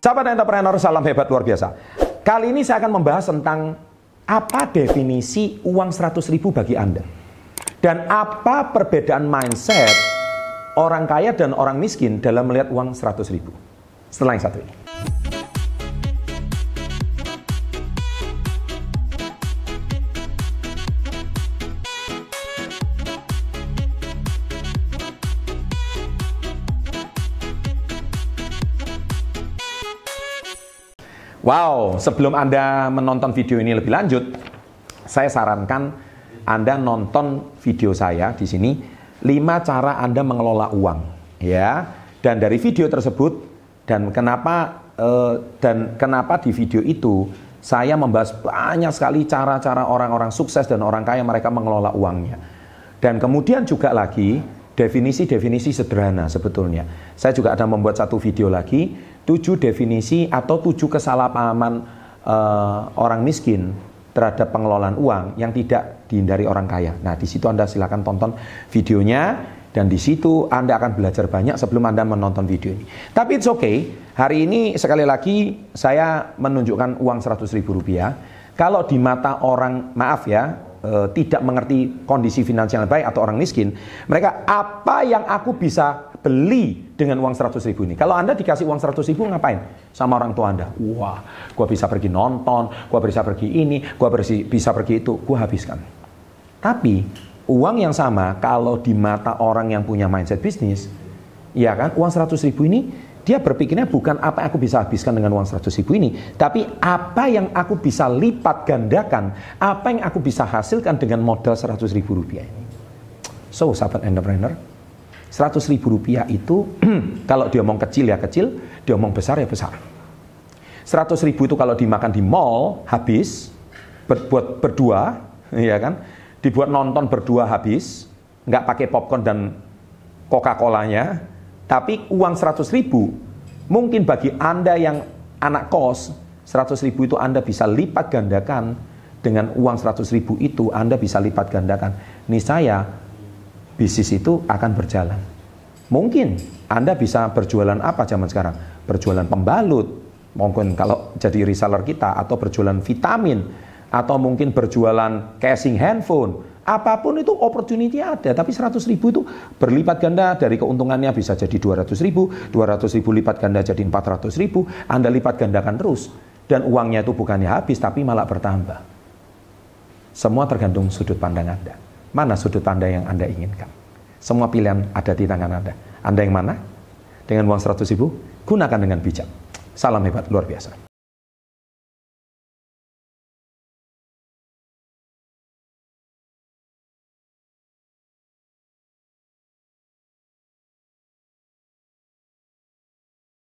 Sahabat entrepreneur, salam hebat luar biasa. Kali ini saya akan membahas tentang apa definisi uang 100.000 bagi Anda. Dan apa perbedaan mindset orang kaya dan orang miskin dalam melihat uang 100.000. Setelah yang satu ini. Wow, sebelum Anda menonton video ini lebih lanjut, saya sarankan Anda nonton video saya di sini 5 cara Anda mengelola uang, ya. Dan dari video tersebut dan kenapa di video itu saya membahas banyak sekali cara-cara orang-orang sukses dan orang kaya mereka mengelola uangnya. Dan kemudian juga lagi definisi-definisi sederhana sebetulnya. Saya juga ada membuat satu video lagi 7 definisi atau 7 kesalahpahaman orang miskin terhadap pengelolaan uang yang tidak dihindari orang kaya. Nah, di situ Anda silakan tonton videonya dan di situ Anda akan belajar banyak sebelum Anda menonton video ini. Tapi it's okay. Hari ini sekali lagi saya menunjukkan uang 100.000 rupiah. Kalau di mata orang, maaf ya, tidak mengerti kondisi finansial yang baik atau orang miskin, mereka apa yang aku bisa beli dengan uang 100.000 ini? Kalau Anda dikasih uang 100.000 ngapain? Sama orang tua Anda. Wah, gua bisa pergi nonton, gua bisa pergi ini, gua bisa pergi itu, gua habiskan. Tapi uang yang sama kalau di mata orang yang punya mindset bisnis, ya kan, uang 100.000 ini dia berpikirnya bukan apa yang aku bisa habiskan dengan uang 100.000 ini, tapi apa yang aku bisa lipat gandakan, apa yang aku bisa hasilkan dengan modal 100.000 rupiah ini. So, sahabat entrepreneur, 100.000 rupiah itu kalau diomong kecil ya kecil, diomong besar ya besar. 100.000 itu kalau dimakan di mall habis, buat berdua, ya kan, dibuat nonton berdua habis, nggak pakai popcorn dan Coca-Colanya. Tapi uang 100.000 mungkin bagi Anda yang anak kos, 100.000 itu Anda bisa lipat gandakan. Dengan uang 100.000 itu Anda bisa lipat gandakan. Niscaya bisnis itu akan berjalan. Mungkin Anda bisa berjualan apa zaman sekarang? Berjualan pembalut, mungkin kalau jadi reseller kita, atau berjualan vitamin, atau mungkin berjualan casing handphone. Apapun itu opportunity ada, tapi 100.000 itu berlipat ganda dari keuntungannya bisa jadi 200.000, 200.000 lipat ganda jadi 400.000, Anda lipat gandakan terus. Dan uangnya itu bukannya habis, tapi malah bertambah. Semua tergantung sudut pandang Anda. Mana sudut pandang yang Anda inginkan? Semua pilihan ada di tangan Anda. Anda yang mana? Dengan uang 100.000, gunakan dengan bijak. Salam hebat luar biasa.